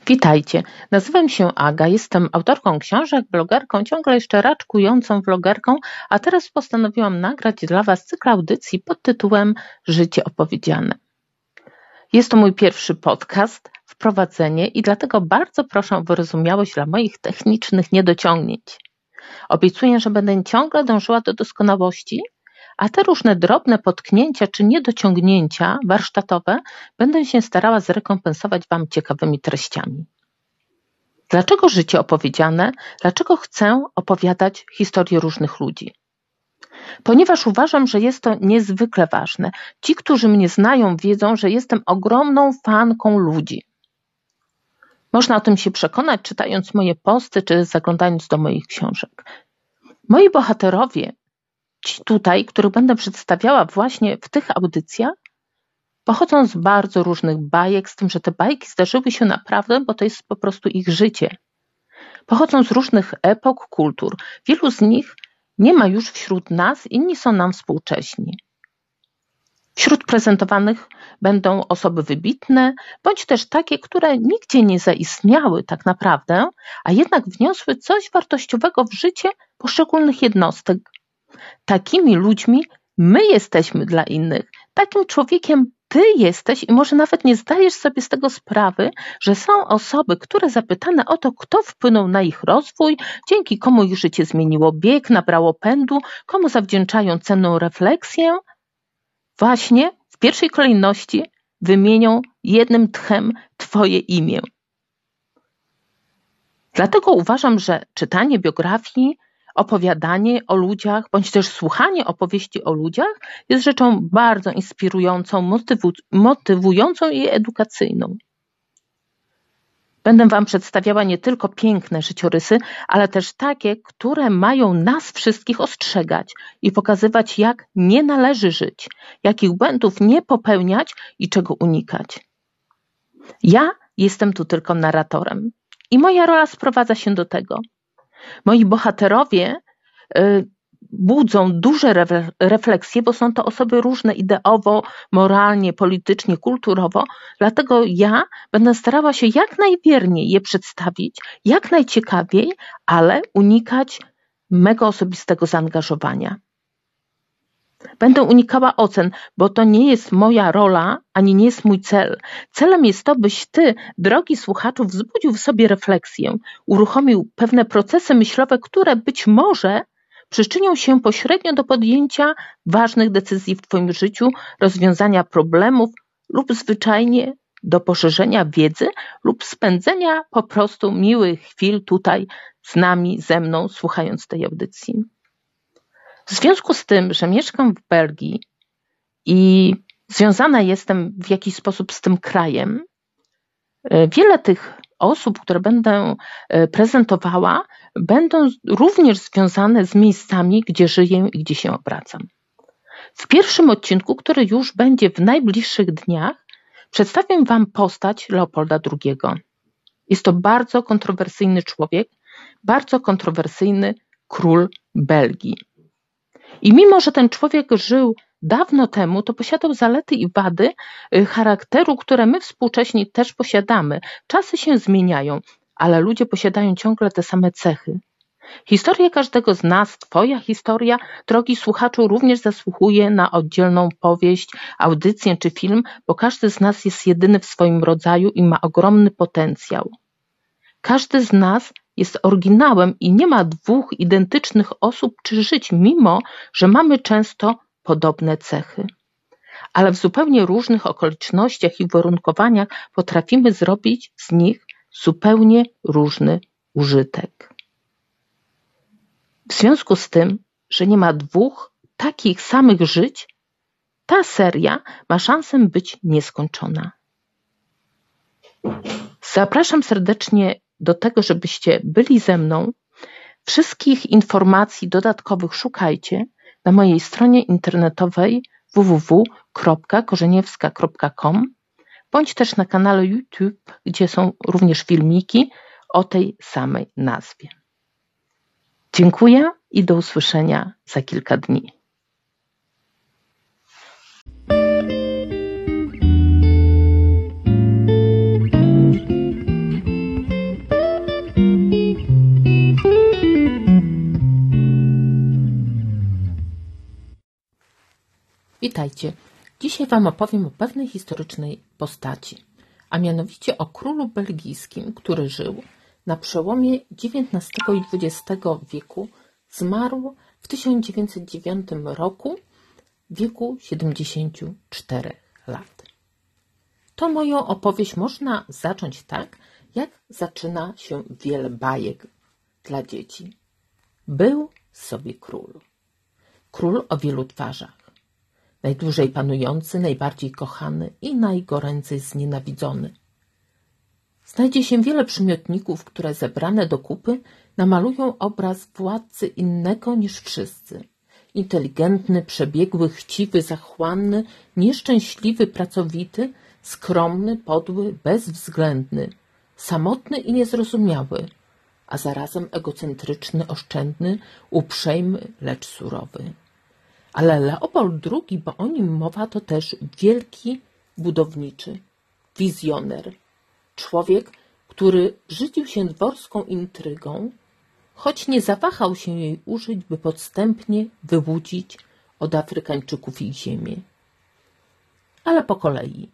Witajcie, nazywam się Aga, jestem autorką książek, blogerką, ciągle jeszcze raczkującą vlogerką, a teraz postanowiłam nagrać dla Was cykl audycji pod tytułem Życie opowiedziane. Jest to mój pierwszy podcast, wprowadzenie i dlatego bardzo proszę o wyrozumiałość dla moich technicznych niedociągnięć. Obiecuję, że będę ciągle dążyła do doskonałości, a te różne drobne potknięcia czy niedociągnięcia warsztatowe będę się starała zrekompensować Wam ciekawymi treściami. Dlaczego życie opowiedziane? Dlaczego chcę opowiadać historię różnych ludzi? Ponieważ uważam, że jest to niezwykle ważne. Ci, którzy mnie znają, wiedzą, że jestem ogromną fanką ludzi. Można o tym się przekonać, czytając moje posty, czy zaglądając do moich książek. Moi bohaterowie, ci tutaj, których będę przedstawiała właśnie w tych audycjach, pochodzą z bardzo różnych bajek, z tym, że te bajki zdarzyły się naprawdę, bo to jest po prostu ich życie. Pochodzą z różnych epok, kultur. Wielu z nich nie ma już wśród nas, inni są nam współcześni. Wśród prezentowanych będą osoby wybitne, bądź też takie, które nigdzie nie zaistniały tak naprawdę, a jednak wniosły coś wartościowego w życie poszczególnych jednostek. Takimi ludźmi my jesteśmy dla innych. Takim człowiekiem ty jesteś i może nawet nie zdajesz sobie z tego sprawy, że są osoby, które zapytane o to, kto wpłynął na ich rozwój, dzięki komu ich życie zmieniło bieg, nabrało pędu, komu zawdzięczają cenną refleksję, właśnie w pierwszej kolejności wymienią jednym tchem twoje imię. Dlatego uważam, że czytanie biografii, opowiadanie o ludziach, bądź też słuchanie opowieści o ludziach jest rzeczą bardzo inspirującą, motywującą i edukacyjną. Będę Wam przedstawiała nie tylko piękne życiorysy, ale też takie, które mają nas wszystkich ostrzegać i pokazywać, jak nie należy żyć, jakich błędów nie popełniać i czego unikać. Ja jestem tu tylko narratorem i moja rola sprowadza się do tego. Moi bohaterowie budzą duże refleksje, bo są to osoby różne ideowo, moralnie, politycznie, kulturowo, dlatego ja będę starała się jak najwierniej je przedstawić, jak najciekawiej, ale unikać mego osobistego zaangażowania. Będę unikała ocen, bo to nie jest moja rola, ani nie jest mój cel. Celem jest to, byś ty, drogi słuchaczu, wzbudził w sobie refleksję, uruchomił pewne procesy myślowe, które być może przyczynią się pośrednio do podjęcia ważnych decyzji w twoim życiu, rozwiązania problemów lub zwyczajnie do poszerzenia wiedzy lub spędzenia po prostu miłych chwil tutaj z nami, ze mną, słuchając tej audycji. W związku z tym, że mieszkam w Belgii i związana jestem w jakiś sposób z tym krajem, wiele tych osób, które będę prezentowała, będą również związane z miejscami, gdzie żyję i gdzie się obracam. W pierwszym odcinku, który już będzie w najbliższych dniach, przedstawię Wam postać Leopolda II. Jest to bardzo kontrowersyjny człowiek, bardzo kontrowersyjny król Belgii. I mimo, że ten człowiek żył dawno temu, to posiadał zalety i wady charakteru, które my współcześnie też posiadamy. Czasy się zmieniają, ale ludzie posiadają ciągle te same cechy. Historia każdego z nas, twoja historia, drogi słuchaczu, również zasługuje na oddzielną powieść, audycję czy film, bo każdy z nas jest jedyny w swoim rodzaju i ma ogromny potencjał. Każdy z nas jest oryginałem i nie ma dwóch identycznych osób czy żyć, mimo że mamy często podobne cechy. Ale w zupełnie różnych okolicznościach i uwarunkowaniach potrafimy zrobić z nich zupełnie różny użytek. W związku z tym, że nie ma dwóch takich samych żyć, ta seria ma szansę być nieskończona. Zapraszam serdecznie do tego, żebyście byli ze mną. Wszystkich informacji dodatkowych szukajcie na mojej stronie internetowej www.korzeniewska.com bądź też na kanale YouTube, gdzie są również filmiki o tej samej nazwie. Dziękuję i do usłyszenia za kilka dni. Witajcie. Dzisiaj Wam opowiem o pewnej historycznej postaci, a mianowicie o królu belgijskim, który żył na przełomie XIX i XX wieku. Zmarł w 1909 roku w wieku 74 lat. To moją opowieść można zacząć tak, jak zaczyna się wiele bajek dla dzieci. Był sobie król. Król o wielu twarzach. Najdłużej panujący, najbardziej kochany i najgoręcej znienawidzony. Znajdzie się wiele przymiotników, które zebrane do kupy namalują obraz władcy innego niż wszyscy. Inteligentny, przebiegły, chciwy, zachłanny, nieszczęśliwy, pracowity, skromny, podły, bezwzględny, samotny i niezrozumiały, a zarazem egocentryczny, oszczędny, uprzejmy, lecz surowy. Ale Leopold II, bo o nim mowa, to też wielki budowniczy, wizjoner, człowiek, który żydził się dworską intrygą, choć nie zawahał się jej użyć, by podstępnie wyłudzić od Afrykańczyków ich ziemię. Ale po kolei.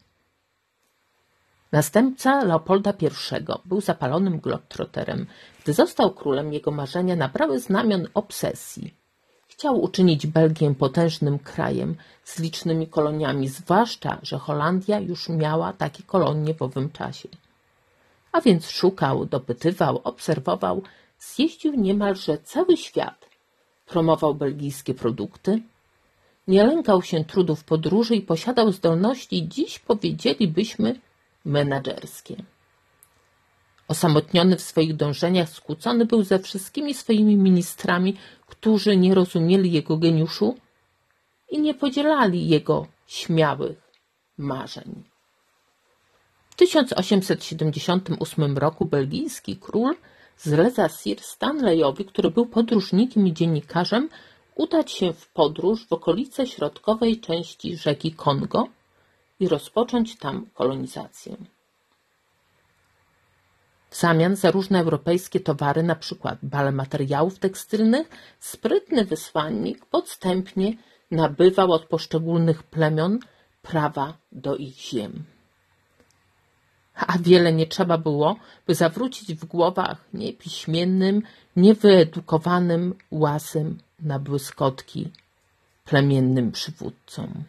Następca Leopolda I był zapalonym globtroterem. Gdy został królem, jego marzenia nabrały znamion obsesji. Chciał uczynić Belgię potężnym krajem z licznymi koloniami, zwłaszcza że Holandia już miała takie kolonie w owym czasie. A więc szukał, dopytywał, obserwował, zjeździł niemalże cały świat. Promował belgijskie produkty, nie lękał się trudów podróży i posiadał zdolności, dziś powiedzielibyśmy, menedżerskie. Osamotniony w swoich dążeniach, skłócony był ze wszystkimi swoimi ministrami, którzy nie rozumieli jego geniuszu i nie podzielali jego śmiałych marzeń. W 1878 roku belgijski król zleca Sir Stanleyowi, który był podróżnikiem i dziennikarzem, udać się w podróż w okolice środkowej części rzeki Kongo i rozpocząć tam kolonizację. W zamian za różne europejskie towary, na przykład bale materiałów tekstylnych, sprytny wysłannik podstępnie nabywał od poszczególnych plemion prawa do ich ziem. A wiele nie trzeba było, by zawrócić w głowach niepiśmiennym, niewyedukowanym, łasym na błyskotki plemiennym przywódcom.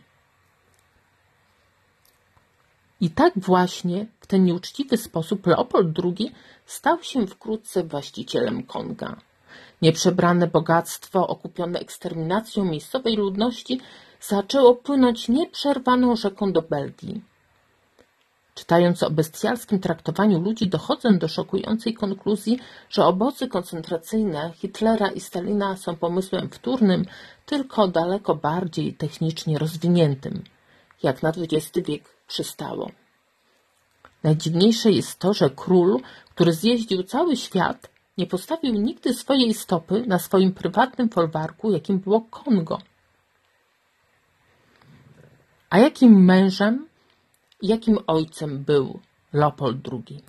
I tak właśnie w ten nieuczciwy sposób Leopold II stał się wkrótce właścicielem Konga. Nieprzebrane bogactwo, okupione eksterminacją miejscowej ludności, zaczęło płynąć nieprzerwaną rzeką do Belgii. Czytając o bestialskim traktowaniu ludzi, dochodzę do szokującej konkluzji, że obozy koncentracyjne Hitlera i Stalina są pomysłem wtórnym, tylko daleko bardziej technicznie rozwiniętym, jak na XX wiek przystało. Najdziwniejsze jest to, że król, który zjeździł cały świat, nie postawił nigdy swojej stopy na swoim prywatnym folwarku, jakim było Kongo. A jakim mężem i jakim ojcem był Leopold II?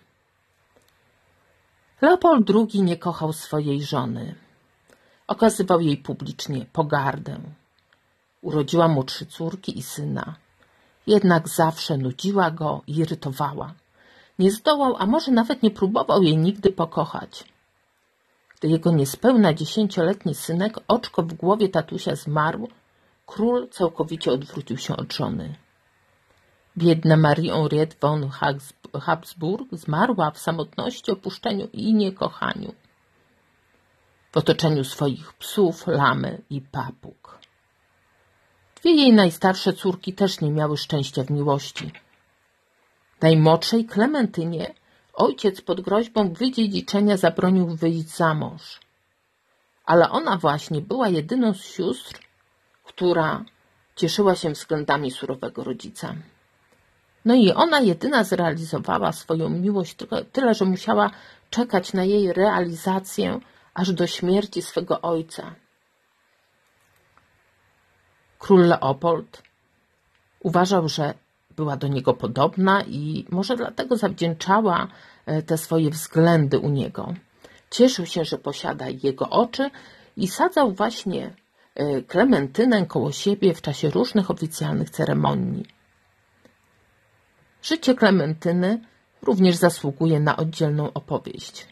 Leopold II nie kochał swojej żony. Okazywał jej publicznie pogardę. Urodziła mu 3 córki i syna. Jednak zawsze nudziła go i irytowała. Nie zdołał, a może nawet nie próbował jej nigdy pokochać. Gdy jego niespełna 10-letni synek, oczko w głowie tatusia, zmarł, król całkowicie odwrócił się od żony. Biedna Marie Henriette von Habsburg zmarła w samotności, opuszczeniu i niekochaniu. W otoczeniu swoich psów, lamy i papug. 2 jej najstarsze córki też nie miały szczęścia w miłości. Najmłodszej, Klementynie, ojciec pod groźbą wydziedziczenia zabronił wyjść za mąż. Ale ona właśnie była jedyną z sióstr, która cieszyła się względami surowego rodzica. No i ona jedyna zrealizowała swoją miłość, tyle że musiała czekać na jej realizację aż do śmierci swego ojca. Król Leopold uważał, że była do niego podobna i może dlatego zawdzięczała te swoje względy u niego. Cieszył się, że posiada jego oczy i sadzał właśnie Klementynę koło siebie w czasie różnych oficjalnych ceremonii. Życie Klementyny również zasługuje na oddzielną opowieść.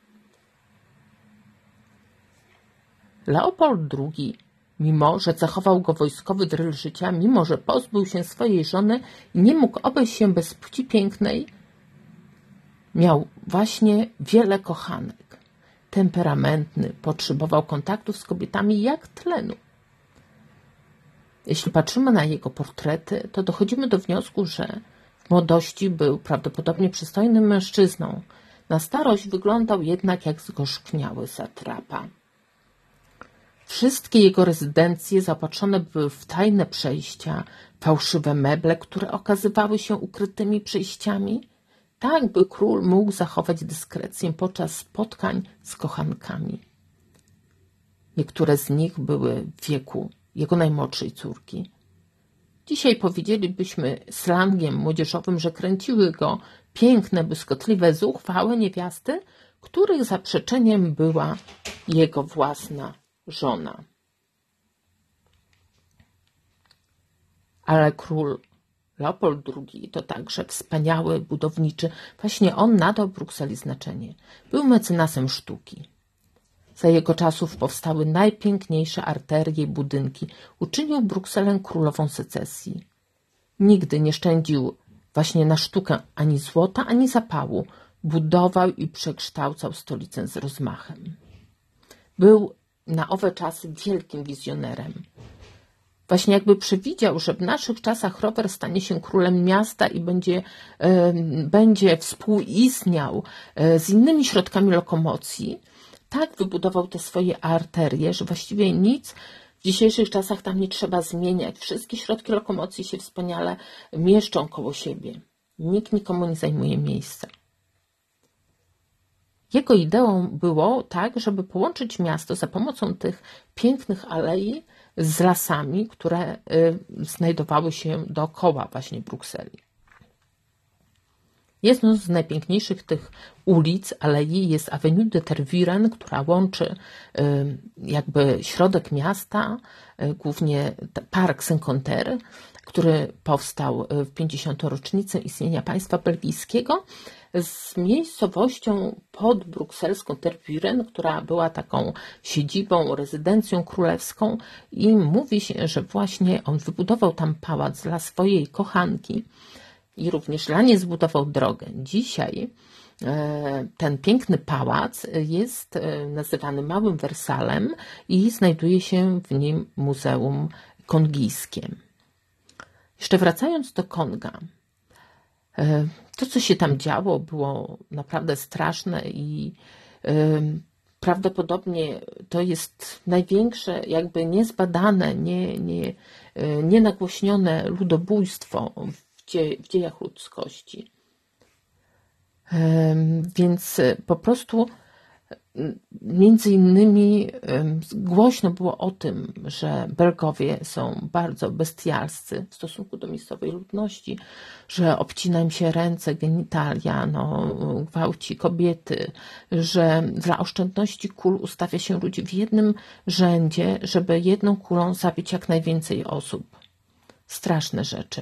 Leopold II, mimo że zachował go wojskowy dryl życia, mimo że pozbył się swojej żony i nie mógł obejść się bez płci pięknej, miał właśnie wiele kochanek. Temperamentny, potrzebował kontaktów z kobietami jak tlenu. Jeśli patrzymy na jego portrety, to dochodzimy do wniosku, że w młodości był prawdopodobnie przystojnym mężczyzną. Na starość wyglądał jednak jak zgorzkniały satrapa. Wszystkie jego rezydencje zaopatrzone były w tajne przejścia, fałszywe meble, które okazywały się ukrytymi przejściami, tak by król mógł zachować dyskrecję podczas spotkań z kochankami. Niektóre z nich były w wieku jego najmłodszej córki. Dzisiaj powiedzielibyśmy slangiem młodzieżowym, że kręciły go piękne, błyskotliwe, zuchwałe niewiasty, których zaprzeczeniem była jego własna żona. Ale król Leopold II to także wspaniały budowniczy. Właśnie on nadał Brukseli znaczenie. Był mecenasem sztuki. Za jego czasów powstały najpiękniejsze arterie i budynki. Uczynił Brukselę królową secesji. Nigdy nie szczędził właśnie na sztukę ani złota, ani zapału. Budował i przekształcał stolicę z rozmachem. Był na owe czasy wielkim wizjonerem. Właśnie jakby przewidział, że w naszych czasach rower stanie się królem miasta i będzie współistniał z innymi środkami lokomocji, tak wybudował te swoje arterie, że właściwie nic w dzisiejszych czasach tam nie trzeba zmieniać. Wszystkie środki lokomocji się wspaniale mieszczą koło siebie. Nikt nikomu nie zajmuje miejsca. Jego ideą było tak, żeby połączyć miasto za pomocą tych pięknych alei z lasami, które znajdowały się dookoła właśnie Brukseli. Jedną z najpiękniejszych tych ulic, alei jest Avenue de Tervuren, która łączy jakby środek miasta, głównie Park Saint-Conter, który powstał w 50. rocznicę istnienia państwa belgijskiego, z miejscowością podbrukselską Tervuren, która była taką siedzibą, rezydencją królewską, i mówi się, że właśnie on wybudował tam pałac dla swojej kochanki i również dla niej zbudował drogę. Dzisiaj ten piękny pałac jest nazywany Małym Wersalem i znajduje się w nim Muzeum Kongijskie. Jeszcze wracając do Konga, to, co się tam działo, było naprawdę straszne i prawdopodobnie to jest największe, jakby niezbadane, nienagłośnione ludobójstwo w dziejach ludzkości. Więc po prostu między innymi głośno było o tym, że Belgowie są bardzo bestialscy w stosunku do miejscowej ludności, że obcina im się ręce, genitalia, gwałci kobiety, że dla oszczędności kul ustawia się ludzi w jednym rzędzie, żeby jedną kulą zabić jak najwięcej osób. Straszne rzeczy.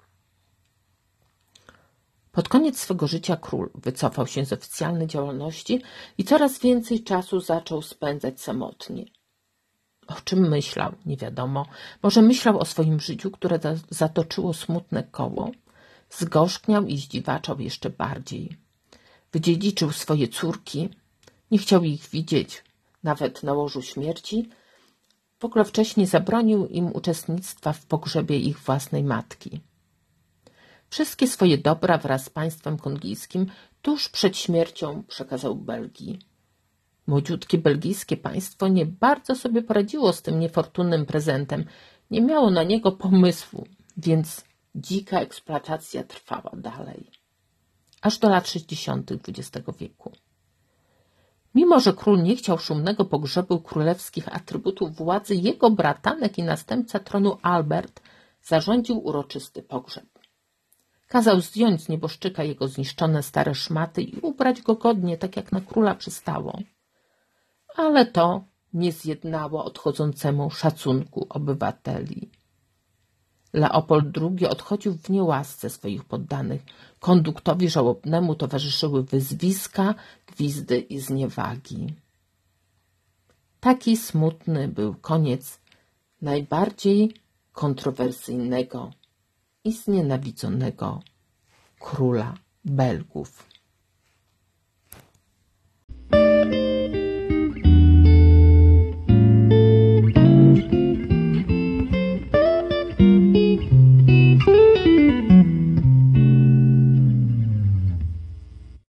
Pod koniec swego życia król wycofał się z oficjalnej działalności i coraz więcej czasu zaczął spędzać samotnie. O czym myślał? Nie wiadomo. Może myślał o swoim życiu, które zatoczyło smutne koło. Zgorzkniał i zdziwaczał jeszcze bardziej. Wydziedziczył swoje córki. Nie chciał ich widzieć, nawet na łożu śmierci. W ogóle wcześniej zabronił im uczestnictwa w pogrzebie ich własnej matki. Wszystkie swoje dobra wraz z państwem kongijskim tuż przed śmiercią przekazał Belgii. Młodziutkie belgijskie państwo nie bardzo sobie poradziło z tym niefortunnym prezentem. Nie miało na niego pomysłu, więc dzika eksploatacja trwała dalej. Aż do lat 60. XX wieku. Mimo że król nie chciał szumnego pogrzebu królewskich atrybutów władzy, jego bratanek i następca tronu Albert zarządził uroczysty pogrzeb. Kazał zdjąć z nieboszczyka jego zniszczone stare szmaty i ubrać go godnie, tak jak na króla przystało. Ale to nie zjednało odchodzącemu szacunku obywateli. Leopold II odchodził w niełasce swoich poddanych. Konduktowi żałobnemu towarzyszyły wyzwiska, gwizdy i zniewagi. Taki smutny był koniec najbardziej kontrowersyjnego i znienawidzonego króla Belgów.